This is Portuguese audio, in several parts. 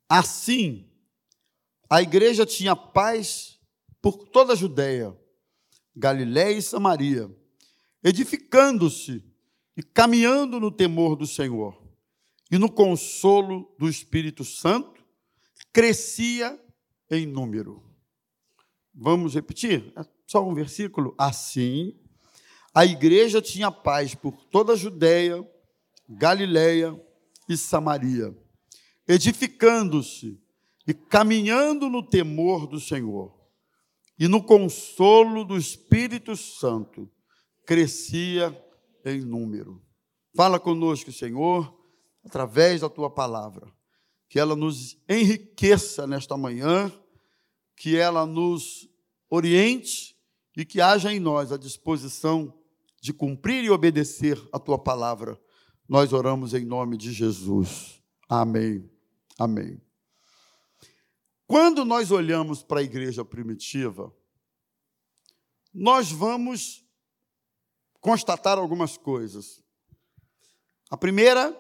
Assim, a igreja tinha paz por toda a Judéia, Galiléia e Samaria, edificando-se e caminhando no temor do Senhor e no consolo do Espírito Santo, crescia em número. Vamos repetir? É só um versículo. Assim, a igreja tinha paz por toda a Judéia, Galiléia e Samaria, edificando-se e caminhando no temor do Senhor e no consolo do Espírito Santo, crescia em número. Fala conosco, Senhor, através da Tua palavra, que ela nos enriqueça nesta manhã, que ela nos oriente e que haja em nós a disposição de cumprir e obedecer a Tua palavra. Nós oramos em nome de Jesus. Amém. Amém. Quando nós olhamos para a igreja primitiva, nós vamos constatar algumas coisas. A primeira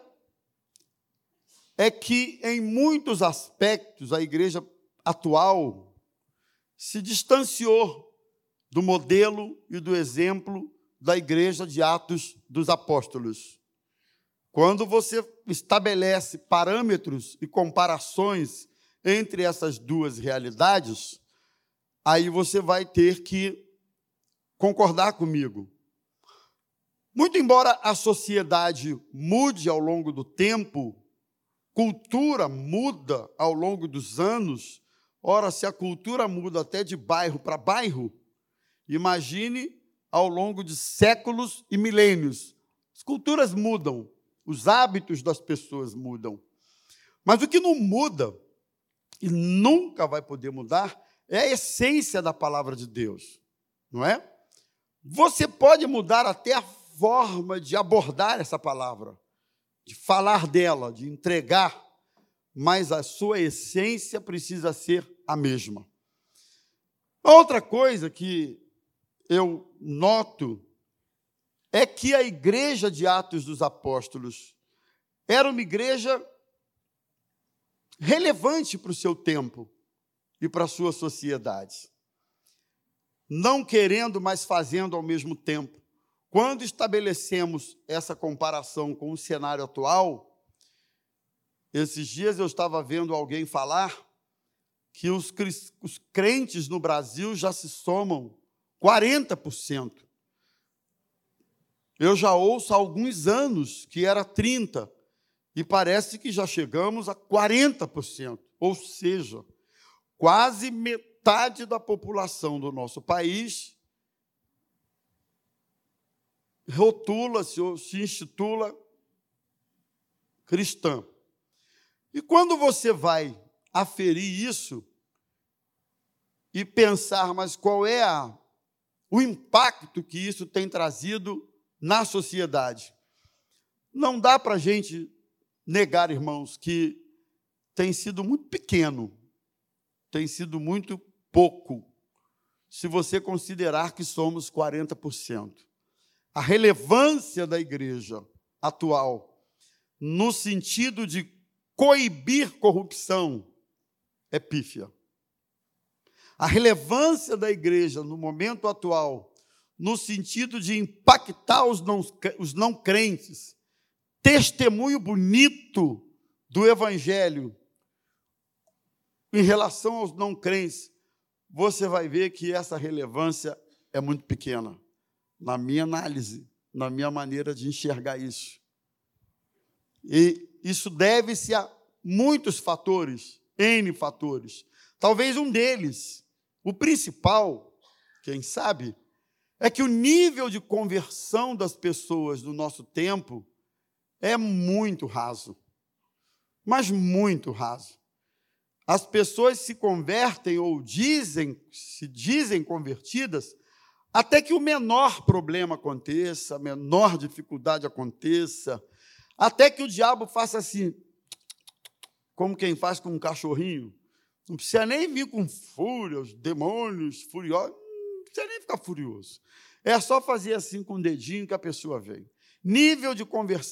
é que, em muitos aspectos, a igreja atual se distanciou do modelo e do exemplo da igreja de Atos dos Apóstolos. Quando você estabelece parâmetros e comparações entre essas duas realidades, aí você vai ter que concordar comigo. Muito embora a sociedade mude ao longo do tempo, cultura muda ao longo dos anos. Ora, se a cultura muda até de bairro para bairro, imagine ao longo de séculos e milênios. As culturas mudam, os hábitos das pessoas mudam. Mas o que não muda, e nunca vai poder mudar, é a essência da palavra de Deus, não é? Você pode mudar até a forma de abordar essa palavra, de falar dela, de entregar, mas a sua essência precisa ser a mesma. Outra coisa que eu noto é que a igreja de Atos dos Apóstolos era uma igreja relevante para o seu tempo e para a sua sociedade. Não querendo, mas fazendo ao mesmo tempo. Quando estabelecemos essa comparação com o cenário atual, esses dias eu estava vendo alguém falar que os crentes no Brasil já se somam 40%. Eu já ouço há alguns anos que era 30%, e parece que já chegamos a 40%, ou seja, quase metade da população do nosso país rotula-se ou se intitula cristã. E quando você vai aferir isso e pensar, mas qual é o impacto que isso tem trazido na sociedade? Não dá para a gente negar, irmãos, que tem sido muito pequeno, tem sido muito pouco, se você considerar que somos 40%. A relevância da igreja atual, no sentido de coibir corrupção, é pífia. A relevância da igreja no momento atual, no sentido de impactar os não crentes, testemunho bonito do evangelho em relação aos não crentes, você vai ver que essa relevância é muito pequena, na minha análise, na minha maneira de enxergar isso. E isso deve-se a muitos fatores, N fatores. Talvez um deles, o principal, quem sabe, é que o nível de conversão das pessoas do nosso tempo é muito raso, mas muito raso. As pessoas se convertem ou se dizem convertidas até que o menor problema aconteça, a menor dificuldade aconteça, até que o diabo faça assim, como quem faz com um cachorrinho. Não precisa nem vir com fúria, os demônios furiosos, não precisa nem ficar furioso. É só fazer assim com o dedinho que a pessoa vem. Nível de conversão.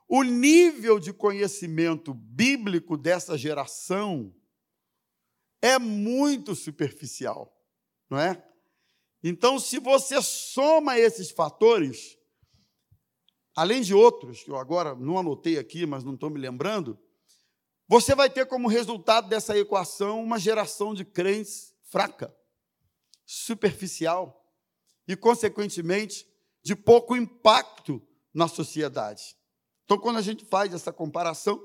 o nível de conhecimento bíblico dessa geração é muito superficial, não é? Então, se você soma esses fatores, além de outros, que eu agora não anotei aqui, mas não estou me lembrando, você vai ter como resultado dessa equação uma geração de crentes fraca, superficial e, consequentemente, de pouco impacto na sociedade. Então, quando a gente faz essa comparação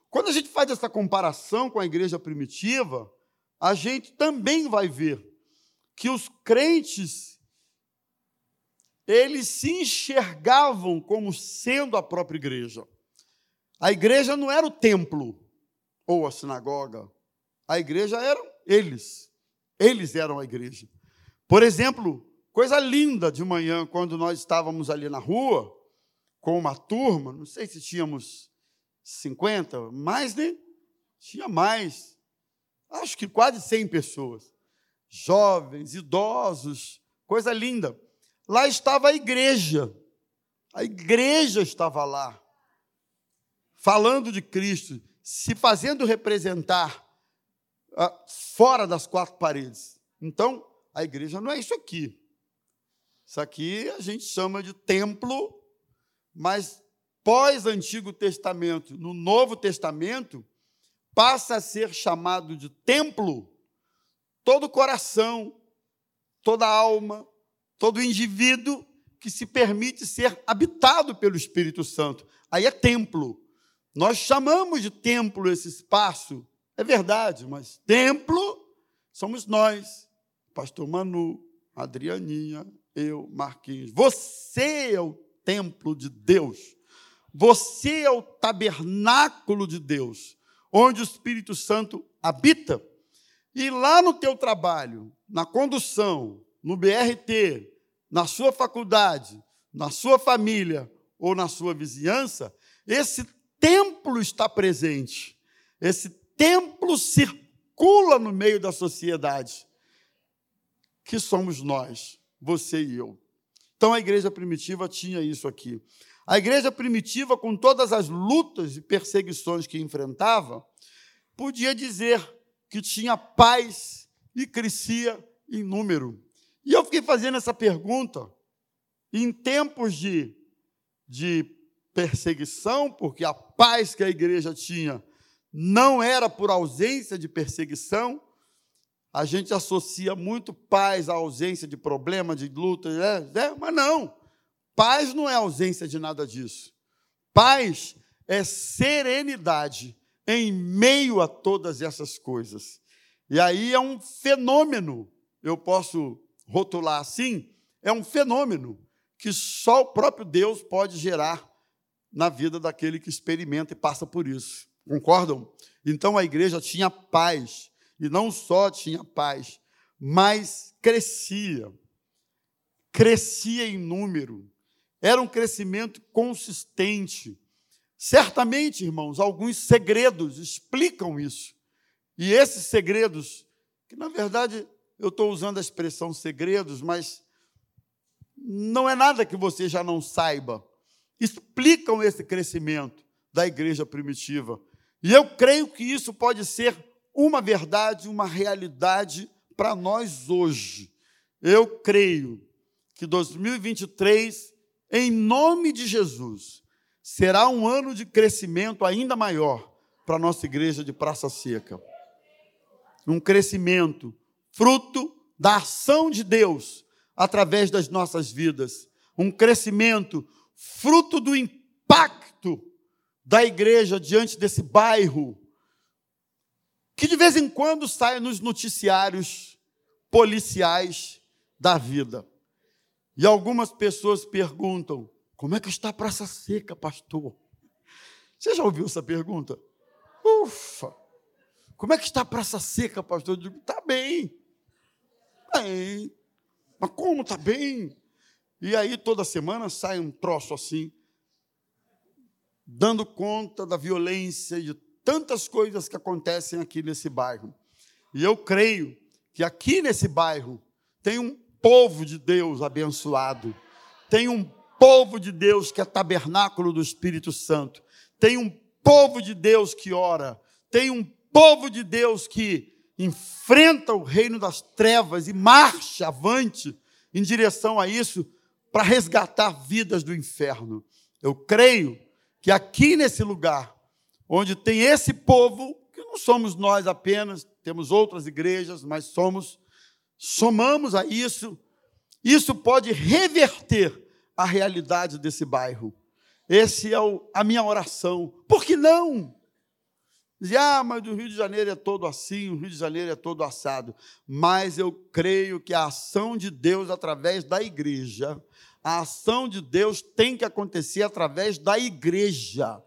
com a igreja primitiva, a gente também vai ver que os crentes, eles se enxergavam como sendo a própria igreja. A igreja não era o templo ou a sinagoga. A igreja eram eles. Eles eram a igreja. Por exemplo, coisa linda de manhã, quando nós estávamos ali na rua, com uma turma, não sei se tínhamos 50, mais, né? Tinha mais. Acho que quase 100 pessoas. Jovens, idosos, coisa linda. Lá estava a igreja estava lá, falando de Cristo, se fazendo representar fora das quatro paredes. Então, a igreja não é isso aqui. Isso aqui a gente chama de templo, mas pós-Antigo Testamento, no Novo Testamento, passa a ser chamado de templo todo coração, toda alma, todo indivíduo que se permite ser habitado pelo Espírito Santo. Aí é templo. Nós chamamos de templo esse espaço, é verdade, mas templo somos nós, pastor Manu, Adrianinha, eu, Marquinhos. Você é o templo de Deus. Você é o tabernáculo de Deus, onde o Espírito Santo habita. E lá no teu trabalho, na condução, no BRT, na sua faculdade, na sua família ou na sua vizinhança, esse templo está presente. Esse templo circula no meio da sociedade, que somos nós, você e eu. Então, a igreja primitiva tinha isso aqui. A igreja primitiva, com todas as lutas e perseguições que enfrentava, podia dizer que tinha paz e crescia em número. E eu fiquei fazendo essa pergunta em tempos de perseguição, porque a paz que a igreja tinha não era por ausência de perseguição. A gente associa muito paz à ausência de problema, de luta, mas não. Paz não é ausência de nada disso. Paz é serenidade em meio a todas essas coisas. E aí é um fenômeno, eu posso rotular assim, é um fenômeno que só o próprio Deus pode gerar na vida daquele que experimenta e passa por isso. Concordam? Então a igreja tinha paz, e não só tinha paz, mas crescia em número, era um crescimento consistente. Certamente, irmãos, alguns segredos explicam isso. E esses segredos, que na verdade eu estou usando a expressão segredos, mas não é nada que você já não saiba, explicam esse crescimento da igreja primitiva. E eu creio que isso pode ser uma verdade, uma realidade para nós hoje. Eu creio que 2023, em nome de Jesus, será um ano de crescimento ainda maior para a nossa igreja de Praça Seca. Um crescimento fruto da ação de Deus através das nossas vidas. Um crescimento fruto do impacto da igreja diante desse bairro, que de vez em quando sai nos noticiários policiais da vida. E algumas pessoas perguntam: como é que está a Praça Seca, pastor? Você já ouviu essa pergunta? Ufa! Como é que está a Praça Seca, pastor? Eu digo: está bem. Bem. Mas como está bem? E aí toda semana sai um troço assim, dando conta da violência e de tantas coisas que acontecem aqui nesse bairro. E eu creio que aqui nesse bairro tem um povo de Deus abençoado, tem um povo de Deus que é tabernáculo do Espírito Santo. Tem um povo de Deus que ora. Tem um povo de Deus que enfrenta o reino das trevas e marcha avante em direção a isso para resgatar vidas do inferno. Eu creio que aqui nesse lugar, onde tem esse povo, que não somos nós apenas, temos outras igrejas, mas somamos a isso, isso pode reverter a realidade desse bairro. Essa é a minha oração. Por que não? Dizia, mas o Rio de Janeiro é todo assim, o Rio de Janeiro é todo assado. Mas eu creio que a ação de Deus através da igreja, a ação de Deus tem que acontecer através da igreja.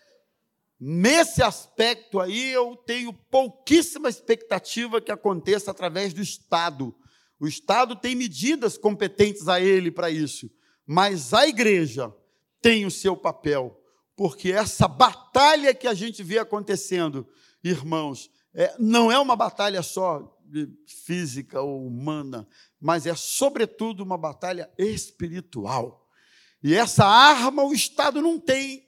Nesse aspecto aí, eu tenho pouquíssima expectativa que aconteça através do Estado. O Estado tem medidas competentes a ele para isso, mas a igreja tem o seu papel, porque essa batalha que a gente vê acontecendo, irmãos, não é uma batalha só física ou humana, mas é, sobretudo, uma batalha espiritual. E essa arma o Estado não tem.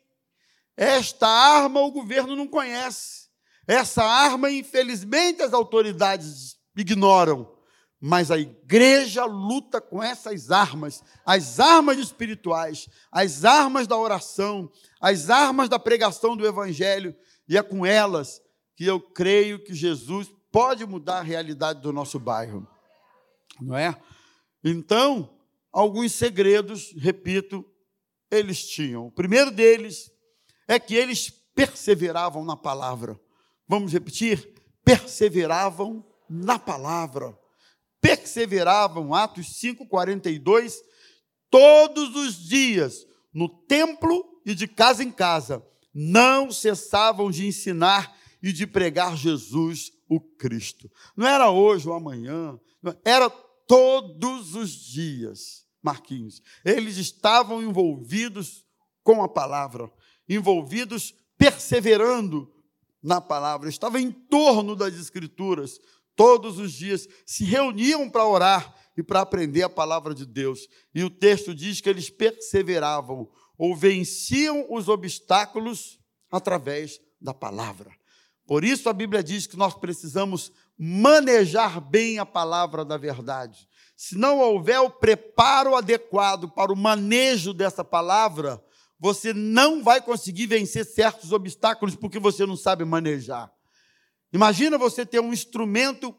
Esta arma o governo não conhece. Essa arma, infelizmente, as autoridades ignoram. Mas a igreja luta com essas armas, as armas espirituais, as armas da oração, as armas da pregação do evangelho, e é com elas que eu creio que Jesus pode mudar a realidade do nosso bairro. Não é? Então, alguns segredos, repito, eles tinham. O primeiro deles é que eles perseveravam na palavra. Vamos repetir? Perseveravam na palavra. Perseveravam, Atos 5:42, todos os dias, no templo e de casa em casa, não cessavam de ensinar e de pregar Jesus, o Cristo. Não era hoje ou amanhã, era todos os dias, Marquinhos. Eles estavam envolvidos com a palavra, envolvidos, perseverando na palavra, estavam em torno das Escrituras, todos os dias, se reuniam para orar e para aprender a palavra de Deus. E o texto diz que eles perseveravam, ou venciam os obstáculos através da palavra. Por isso a Bíblia diz que nós precisamos manejar bem a palavra da verdade. Se não houver o preparo adequado para o manejo dessa palavra, você não vai conseguir vencer certos obstáculos porque você não sabe manejar. Imagina você ter um instrumento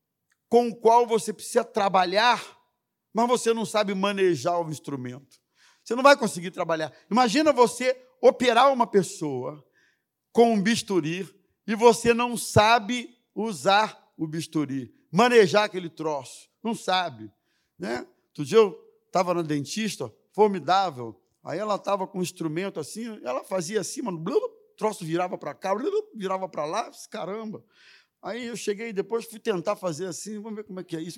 com o qual você precisa trabalhar, mas você não sabe manejar o instrumento. Você não vai conseguir trabalhar. Imagina você operar uma pessoa com um bisturi e você não sabe usar o bisturi, manejar aquele troço. Não sabe. Né? Outro dia eu estava na dentista, formidável, aí ela estava com um instrumento assim, ela fazia assim, mano, o troço virava para cá, virava para lá, caramba. Aí eu cheguei depois, fui tentar fazer assim, vamos ver como é que é isso.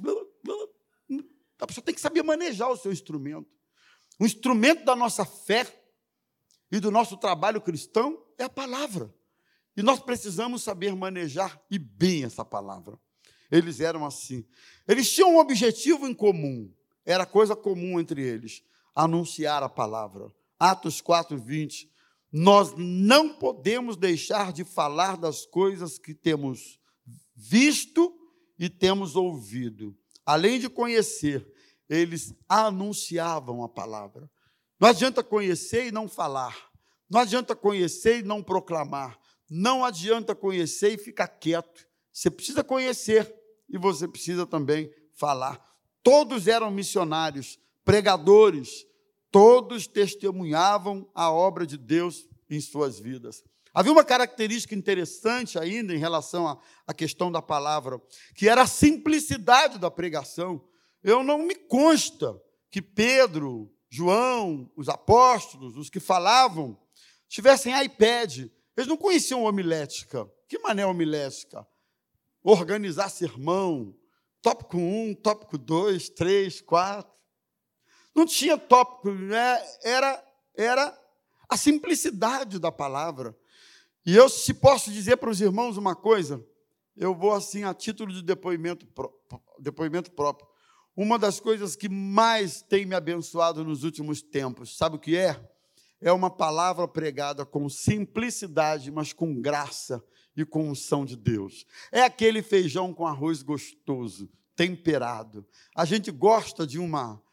A pessoa tem que saber manejar o seu instrumento. O instrumento da nossa fé e do nosso trabalho cristão é a palavra. E nós precisamos saber manejar e bem essa palavra. Eles eram assim. Eles tinham um objetivo em comum. Era coisa comum entre eles. Anunciar a palavra. Atos 4:20. Nós não podemos deixar de falar das coisas que temos visto e temos ouvido. Além de conhecer, eles anunciavam a palavra. Não adianta conhecer e não falar. Não adianta conhecer e não proclamar. Não adianta conhecer e ficar quieto. Você precisa conhecer e você precisa também falar. Todos eram missionários, pregadores, todos testemunhavam a obra de Deus em suas vidas. Havia uma característica interessante ainda em relação à questão da palavra, que era a simplicidade da pregação. Eu não me consta que Pedro, João, os apóstolos, os que falavam, tivessem iPad. Eles não conheciam homilética. Que mané homilética? Organizar sermão, tópico 1, tópico 2, 3, 4. Não tinha tópico, né? Era a simplicidade da palavra. E eu, se posso dizer para os irmãos uma coisa, eu vou assim a título de depoimento próprio. uma das coisas que mais tem me abençoado nos últimos tempos, sabe o que é? É uma palavra pregada com simplicidade, mas com graça e com unção de Deus. É aquele feijão com arroz gostoso, temperado. A gente gosta de um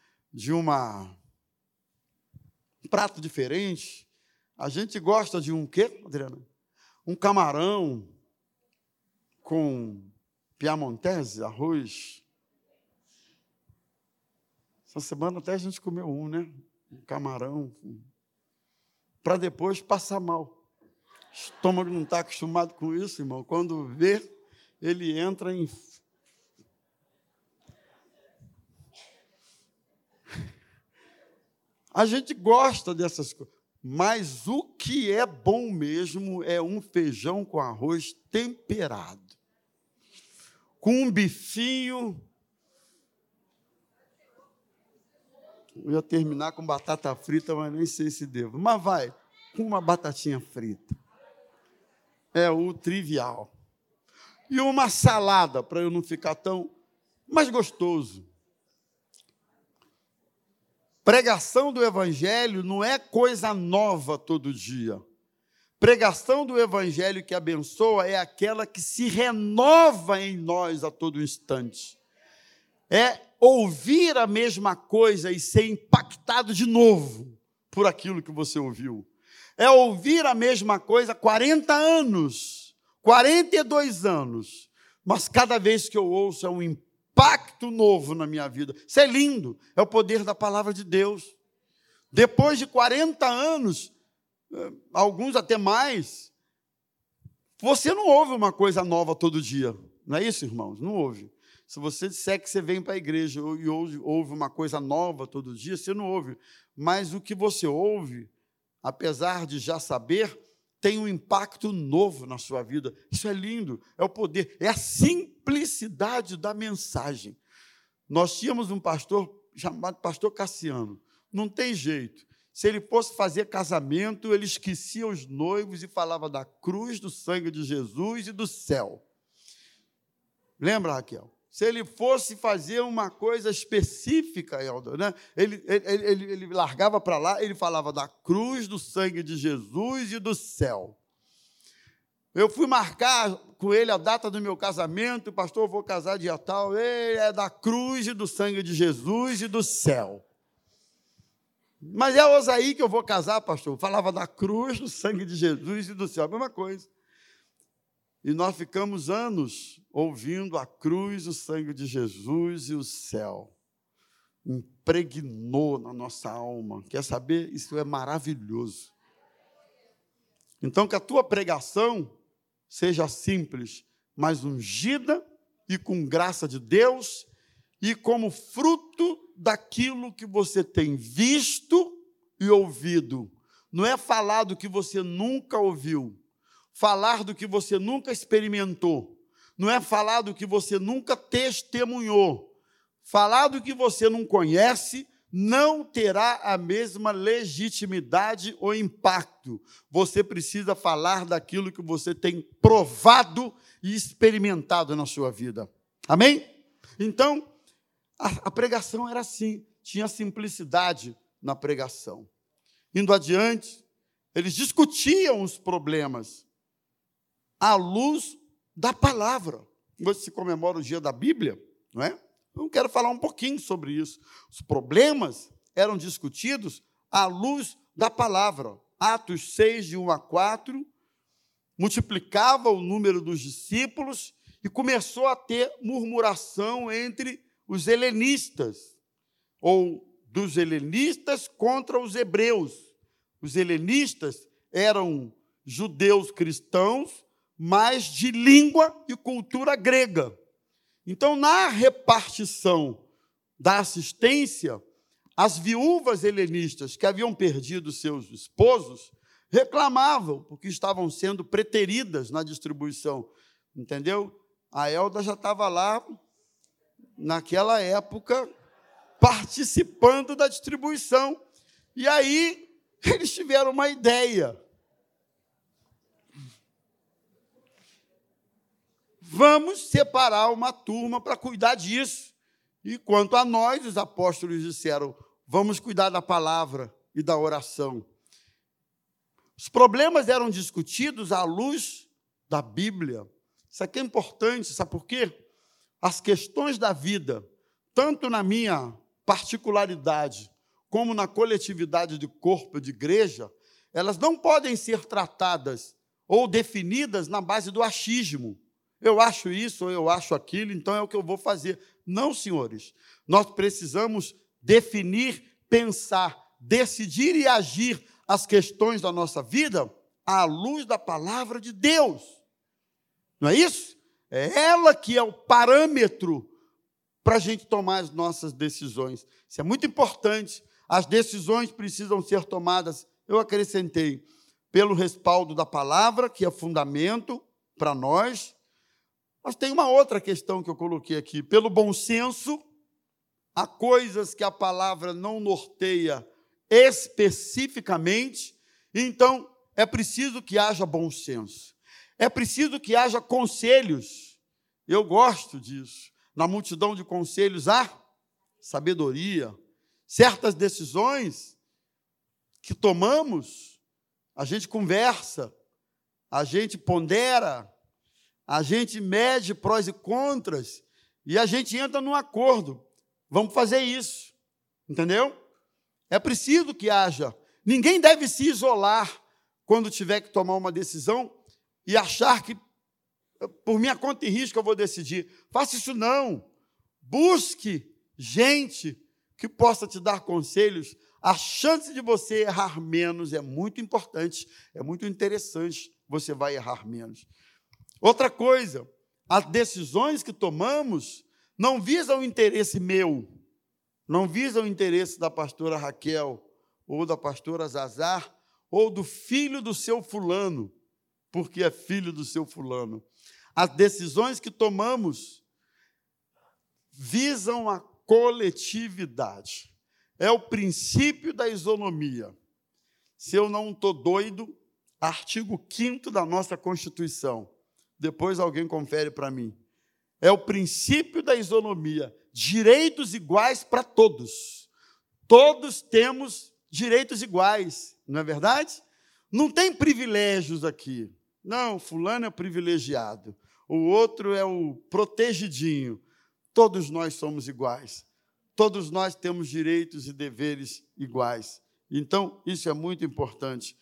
prato diferente. A gente gosta de um quê, Adriana? Um camarão com piamontese, arroz. Essa semana até a gente comeu um, né? Um camarão. Para depois passar mal. O estômago não está acostumado com isso, irmão. Quando vê, ele entra em... A gente gosta dessas coisas. Mas o que é bom mesmo é um feijão com arroz temperado. Com um bifinho. Eu ia terminar com batata frita, mas nem sei se devo. Mas vai, com uma batatinha frita. É o trivial. E uma salada, para eu não ficar tão... mais gostoso. Pregação do Evangelho não é coisa nova todo dia. Pregação do Evangelho que abençoa é aquela que se renova em nós a todo instante. É ouvir a mesma coisa e ser impactado de novo por aquilo que você ouviu. É ouvir a mesma coisa 40 anos, 42 anos, mas cada vez que eu ouço é um impacto novo na minha vida. Isso é lindo, é o poder da palavra de Deus. Depois de 40 anos, alguns até mais, você não ouve uma coisa nova todo dia. Não é isso, irmãos? Não ouve. Se você disser que você vem para a igreja e ouve uma coisa nova todo dia, você não ouve. Mas o que você ouve, apesar de já saber, tem um impacto novo na sua vida. Isso é lindo, é o poder, é a simplicidade da mensagem. Nós tínhamos um pastor chamado pastor Cassiano. Não tem jeito. Se ele fosse fazer casamento, ele esquecia os noivos e falava da cruz, do sangue de Jesus e do céu. Lembra, Raquel? Se ele fosse fazer uma coisa específica, Helder, né? Ele largava para lá, ele falava da cruz, do sangue de Jesus e do céu. Eu fui marcar com ele a data do meu casamento, pastor, eu vou casar dia tal, ele é da cruz e do sangue de Jesus e do céu. Mas é Osaí que eu vou casar, pastor. Falava da cruz, do sangue de Jesus e do céu, a mesma coisa. E nós ficamos anos ouvindo a cruz, o sangue de Jesus e o céu. Impregnou na nossa alma. Quer saber? Isso é maravilhoso. Então, que a tua pregação seja simples, mas ungida e com graça de Deus e como fruto daquilo que você tem visto e ouvido. Não é falar do que você nunca ouviu. Falar do que você nunca experimentou. Não é falar do que você nunca testemunhou. Falar do que você não conhece não terá a mesma legitimidade ou impacto. Você precisa falar daquilo que você tem provado e experimentado na sua vida. Amém? Então, a pregação era assim, tinha simplicidade na pregação. Indo adiante, eles discutiam os problemas à luz da palavra. Hoje se comemora o dia da Bíblia, não é? Eu quero falar um pouquinho sobre isso. Os problemas eram discutidos à luz da palavra. Atos 6, de 1 a 4, multiplicava o número dos discípulos e começou a ter murmuração entre os helenistas, ou dos helenistas contra os hebreus. Os helenistas eram judeus cristãos, mas de língua e cultura grega. Então, na repartição da assistência, as viúvas helenistas que haviam perdido seus esposos reclamavam, porque estavam sendo preteridas na distribuição. Entendeu? A Elda já estava lá, naquela época, participando da distribuição. E aí, eles tiveram uma ideia. Vamos separar uma turma para cuidar disso. E quanto a nós, os apóstolos disseram, vamos cuidar da palavra e da oração. Os problemas eram discutidos à luz da Bíblia. Isso aqui é importante, sabe por quê? As questões da vida, tanto na minha particularidade, como na coletividade de corpo, de igreja, elas não podem ser tratadas ou definidas na base do achismo. Eu acho isso ou eu acho aquilo, então é o que eu vou fazer. Não, senhores. Nós precisamos definir, pensar, decidir e agir as questões da nossa vida à luz da palavra de Deus. Não é isso? É ela que é o parâmetro para a gente tomar as nossas decisões. Isso é muito importante. As decisões precisam ser tomadas, eu acrescentei, pelo respaldo da palavra, que é fundamento para nós. Mas tem uma outra questão que eu coloquei aqui. Pelo bom senso, há coisas que a palavra não norteia especificamente, então é preciso que haja bom senso. É preciso que haja conselhos. Eu gosto disso. Na multidão de conselhos há sabedoria. Certas decisões que tomamos, a gente conversa, a gente pondera, a gente mede prós e contras e a gente entra num acordo. Vamos fazer isso, entendeu? É preciso que haja. Ninguém deve se isolar quando tiver que tomar uma decisão e achar que, por minha conta e risco, eu vou decidir. Faça isso não. Busque gente que possa te dar conselhos. A chance de você errar menos é muito importante, é muito interessante, você vai errar menos. Outra coisa, as decisões que tomamos não visam o interesse meu, não visam o interesse da pastora Raquel, ou da pastora Zazar, ou do filho do seu fulano, porque é filho do seu fulano. As decisões que tomamos visam a coletividade. É o princípio da isonomia. Se eu não estou doido, artigo 5º da nossa Constituição. Depois alguém confere para mim. É o princípio da isonomia. Direitos iguais para todos. Todos temos direitos iguais, não é verdade? Não tem privilégios aqui. Não, fulano é privilegiado. O outro é o protegidinho. Todos nós somos iguais. Todos nós temos direitos e deveres iguais. Então, isso é muito importante.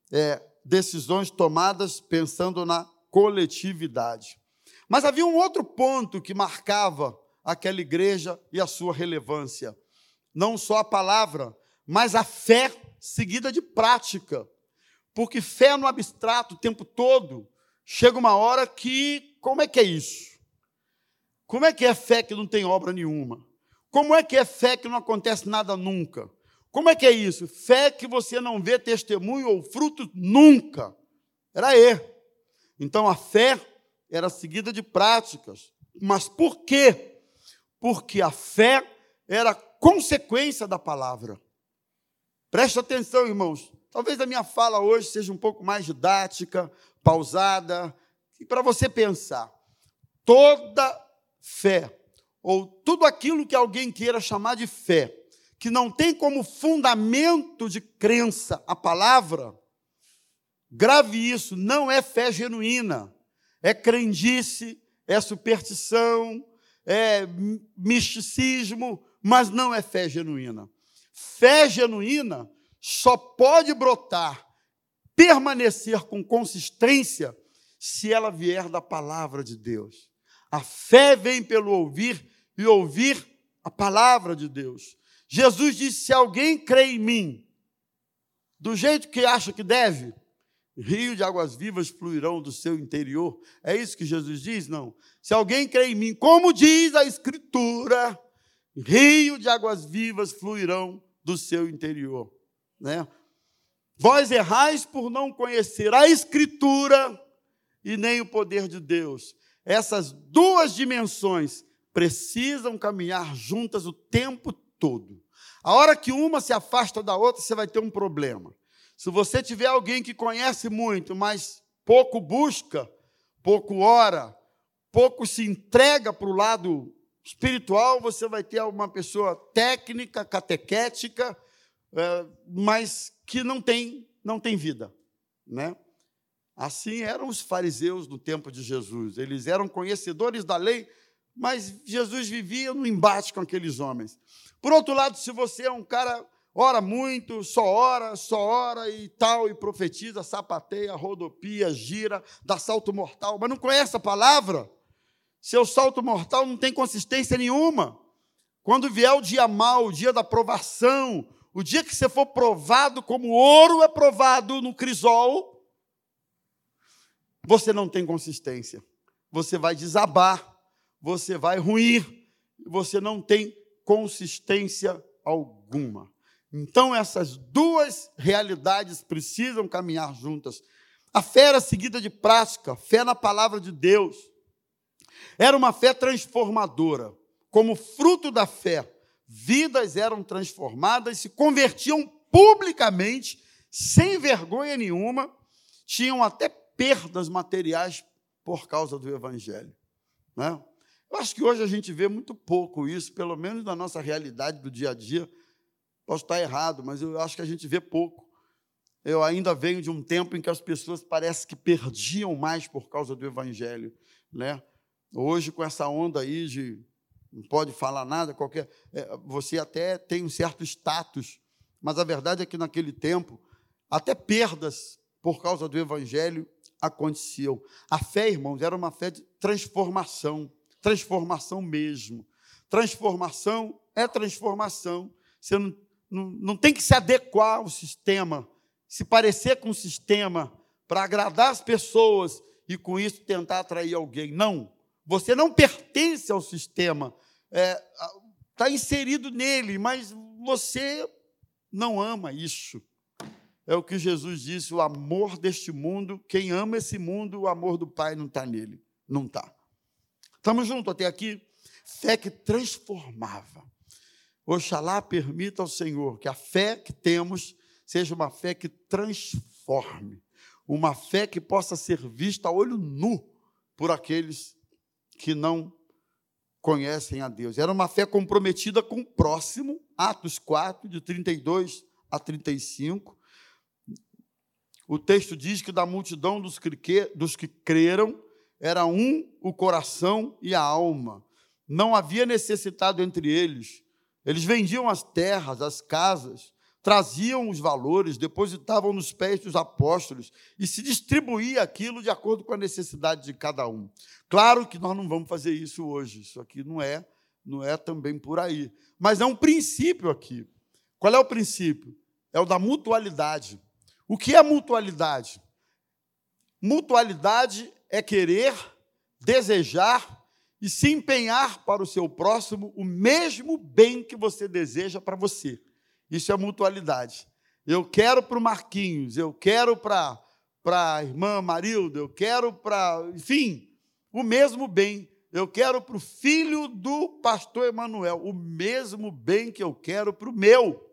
Decisões tomadas pensando na coletividade. Mas havia um outro ponto que marcava aquela igreja e a sua relevância. Não só a palavra, mas a fé seguida de prática. Porque fé no abstrato o tempo todo, chega uma hora que, como é que é isso? Como é que é fé que não tem obra nenhuma? Como é que é fé que não acontece nada nunca? Como é que é isso? Fé que você não vê testemunho ou fruto nunca. Era aí. Então, a fé era seguida de práticas. Mas por quê? Porque a fé era consequência da palavra. Preste atenção, irmãos. Talvez a minha fala hoje seja um pouco mais didática, pausada, e para você pensar. Toda fé, ou tudo aquilo que alguém queira chamar de fé, que não tem como fundamento de crença a palavra, grave isso, não é fé genuína, é crendice, é superstição, é misticismo, mas não é fé genuína. Fé genuína só pode brotar, permanecer com consistência, se ela vier da palavra de Deus. A fé vem pelo ouvir e ouvir a palavra de Deus. Jesus disse, se alguém crê em mim, do jeito que acha que deve, rio de águas vivas fluirão do seu interior. É isso que Jesus diz? Não. Se alguém crê em mim, como diz a Escritura, rio de águas vivas fluirão do seu interior. Né? Vós errais por não conhecer a Escritura e nem o poder de Deus. Essas duas dimensões precisam caminhar juntas o tempo todo. A hora que uma se afasta da outra, você vai ter um problema. Se você tiver alguém que conhece muito, mas pouco busca, pouco ora, pouco se entrega para o lado Espiritual, você vai ter uma pessoa técnica, catequética, mas que não tem vida, né? Assim eram os fariseus no tempo de Jesus. Eles eram conhecedores da lei, mas Jesus vivia no embate com aqueles homens. Por outro lado, se você é um cara, ora muito, só ora e tal, e profetiza, sapateia, rodopia, gira, dá salto mortal, mas não conhece a palavra, seu salto mortal não tem consistência nenhuma. Quando vier o dia mau, o dia da provação, o dia que você for provado como ouro é provado no crisol, você não tem consistência. Você vai desabar, você vai ruir, você não tem consistência alguma. Então, essas duas realidades precisam caminhar juntas. A fé era seguida de prática, fé na palavra de Deus. Era uma fé transformadora. Como fruto da fé, vidas eram transformadas, se convertiam publicamente, sem vergonha nenhuma, tinham até perdas materiais por causa do Evangelho, né? Eu acho que hoje a gente vê muito pouco isso, pelo menos na nossa realidade do dia a dia. Posso estar errado, mas eu acho que a gente vê pouco. Eu ainda venho de um tempo em que as pessoas parece que perdiam mais por causa do Evangelho, né? Hoje, com essa onda aí de não pode falar nada, você até tem um certo status, mas a verdade é que naquele tempo, até perdas por causa do Evangelho aconteciam. A fé, irmãos, era uma fé de transformação mesmo. Transformação é transformação. Você não tem que se adequar ao sistema, se parecer com o sistema para agradar as pessoas e, com isso, tentar atrair alguém. Não. Você não pertence ao sistema, está inserido nele, mas você não ama isso. É o que Jesus disse, o amor deste mundo, quem ama esse mundo, o amor do Pai não está nele. Não está. Estamos juntos até aqui? Fé que transformava. Oxalá permita ao Senhor que a fé que temos seja uma fé que transforme, uma fé que possa ser vista a olho nu por aqueles que não conhecem a Deus. Era uma fé comprometida com o próximo, Atos 4, de 32 a 35. O texto diz que da multidão dos que creram, era um o coração e a alma. Não havia necessitado entre eles. Eles vendiam as terras, as casas, traziam os valores, depositavam nos pés dos apóstolos e se distribuía aquilo de acordo com a necessidade de cada um. Claro que nós não vamos fazer isso hoje. Isso aqui não é também por aí. Mas é um princípio aqui. Qual é o princípio? É o da mutualidade. O que é mutualidade? Mutualidade é querer, desejar e se empenhar para o seu próximo o mesmo bem que você deseja para você. Isso é mutualidade. Eu quero para o Marquinhos, eu quero para a irmã Marilda, eu quero para, enfim, o mesmo bem. Eu quero para o filho do pastor Emanuel, o mesmo bem que eu quero para o meu.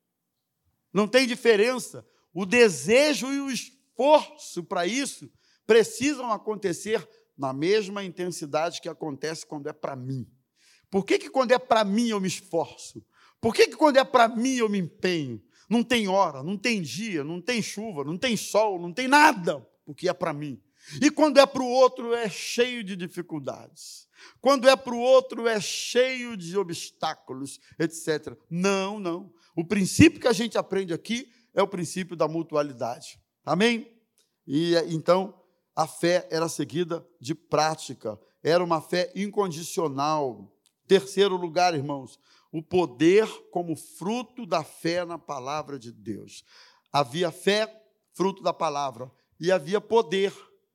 Não tem diferença. O desejo e o esforço para isso precisam acontecer na mesma intensidade que acontece quando é para mim. Por que quando é para mim eu me esforço? Por que quando é para mim eu me empenho? Não tem hora, não tem dia, não tem chuva, não tem sol, não tem nada, porque é para mim. E quando é para o outro é cheio de dificuldades. Quando é para o outro é cheio de obstáculos, etc. Não. O princípio que a gente aprende aqui é o princípio da mutualidade. Amém? E então a fé era seguida de prática. Era uma fé incondicional. Terceiro lugar, irmãos, o poder como fruto da fé na palavra de Deus. Havia fé, fruto da palavra, e havia poder.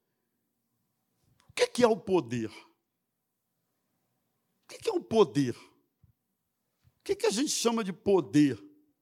O que é o poder? O que é o poder? O que a gente chama de poder?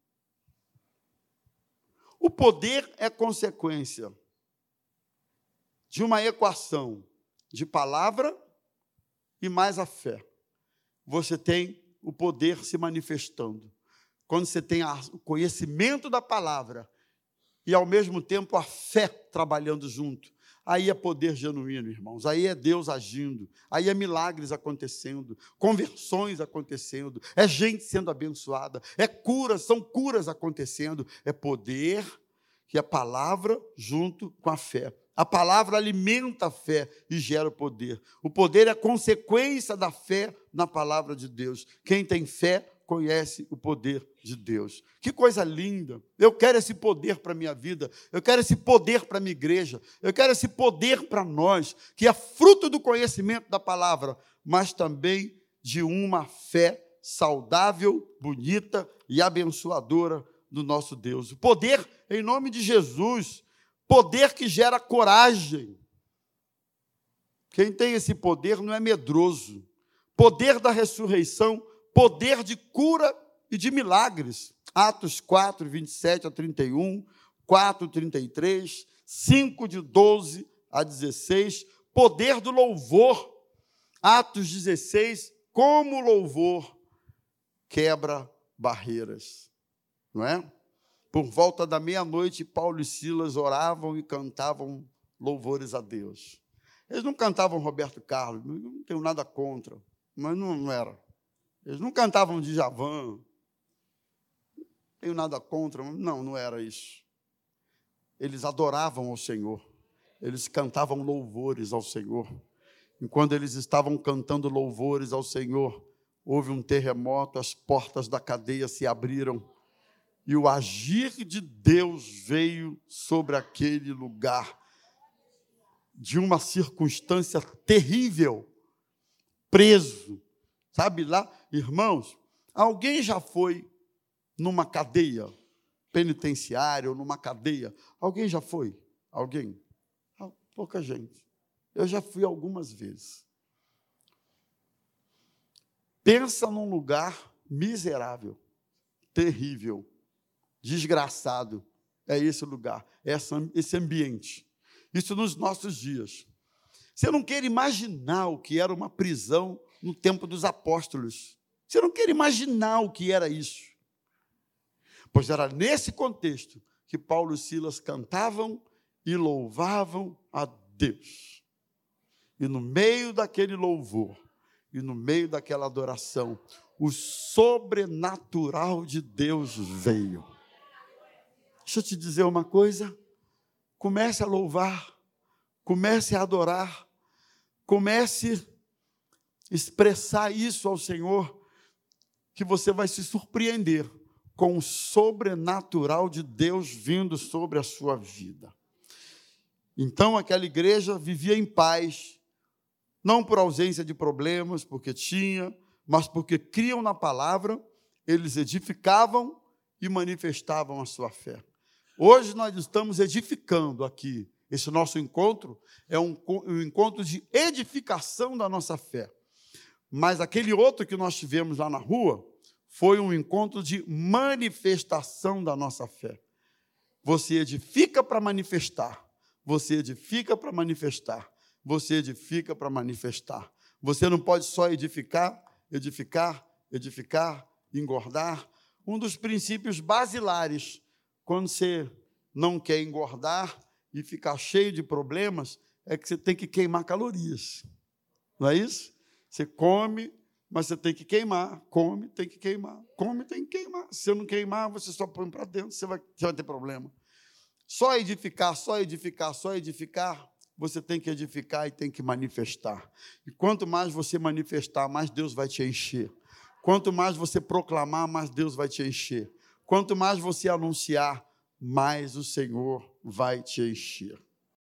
O poder é consequência de uma equação de palavra e mais a fé. Você tem o poder se manifestando. Quando você tem o conhecimento da palavra e, ao mesmo tempo, a fé trabalhando junto, aí é poder genuíno, irmãos. Aí é Deus agindo, aí é milagres acontecendo, conversões acontecendo, é gente sendo abençoada, é curas, são curas acontecendo, é poder que a palavra junto com a fé. A palavra alimenta a fé e gera o poder. O poder é a consequência da fé na palavra de Deus. Quem tem fé conhece o poder de Deus. Que coisa linda! Eu quero esse poder para a minha vida, eu quero esse poder para a minha igreja, eu quero esse poder para nós, que é fruto do conhecimento da palavra, mas também de uma fé saudável, bonita e abençoadora do nosso Deus. O poder em nome de Jesus, poder que gera coragem. Quem tem esse poder não é medroso. Poder da ressurreição, poder de cura e de milagres. Atos 4, 27 a 31, 4, 33, 5, de 12 a 16. Poder do louvor. Atos 16, como o louvor quebra barreiras. Não é? Por volta da meia-noite, Paulo e Silas oravam e cantavam louvores a Deus. Eles não cantavam Roberto Carlos, não tenho nada contra, mas não era. Eles não cantavam Djavan, não tenho nada contra, não era isso. Eles adoravam ao Senhor, eles cantavam louvores ao Senhor. E quando eles estavam cantando louvores ao Senhor, houve um terremoto, as portas da cadeia se abriram, e o agir de Deus veio sobre aquele lugar, de uma circunstância terrível, preso. Sabe lá, irmãos, alguém já foi numa cadeia penitenciária ou numa cadeia? Alguém já foi? Alguém? Pouca gente. Eu já fui algumas vezes. Pensa num lugar miserável, terrível, desgraçado. É esse lugar, esse ambiente. Isso nos nossos dias. Você não quer imaginar o que era uma prisão no tempo dos apóstolos. Você não quer imaginar o que era isso. Pois era nesse contexto que Paulo e Silas cantavam e louvavam a Deus. E no meio daquele louvor, e no meio daquela adoração, o sobrenatural de Deus veio. Deixa eu te dizer uma coisa, comece a louvar, comece a adorar, comece a expressar isso ao Senhor, que você vai se surpreender com o sobrenatural de Deus vindo sobre a sua vida. Então, aquela igreja vivia em paz, não por ausência de problemas, porque tinha, mas porque criam na palavra, eles edificavam e manifestavam a sua fé. Hoje nós estamos edificando aqui. Esse nosso encontro é um encontro de edificação da nossa fé. Mas aquele outro que nós tivemos lá na rua foi um encontro de manifestação da nossa fé. Você edifica para manifestar. Você edifica para manifestar. Você edifica para manifestar. Você não pode só edificar, engordar. Um dos princípios basilares, quando você não quer engordar e ficar cheio de problemas, é que você tem que queimar calorias. Não é isso? Você come, mas você tem que queimar. Come, tem que queimar. Come, tem que queimar. Se você não queimar, você só põe para dentro, você vai ter problema. Só edificar, você tem que edificar e tem que manifestar. E quanto mais você manifestar, mais Deus vai te encher. Quanto mais você proclamar, mais Deus vai te encher. Quanto mais você anunciar, mais o Senhor vai te encher.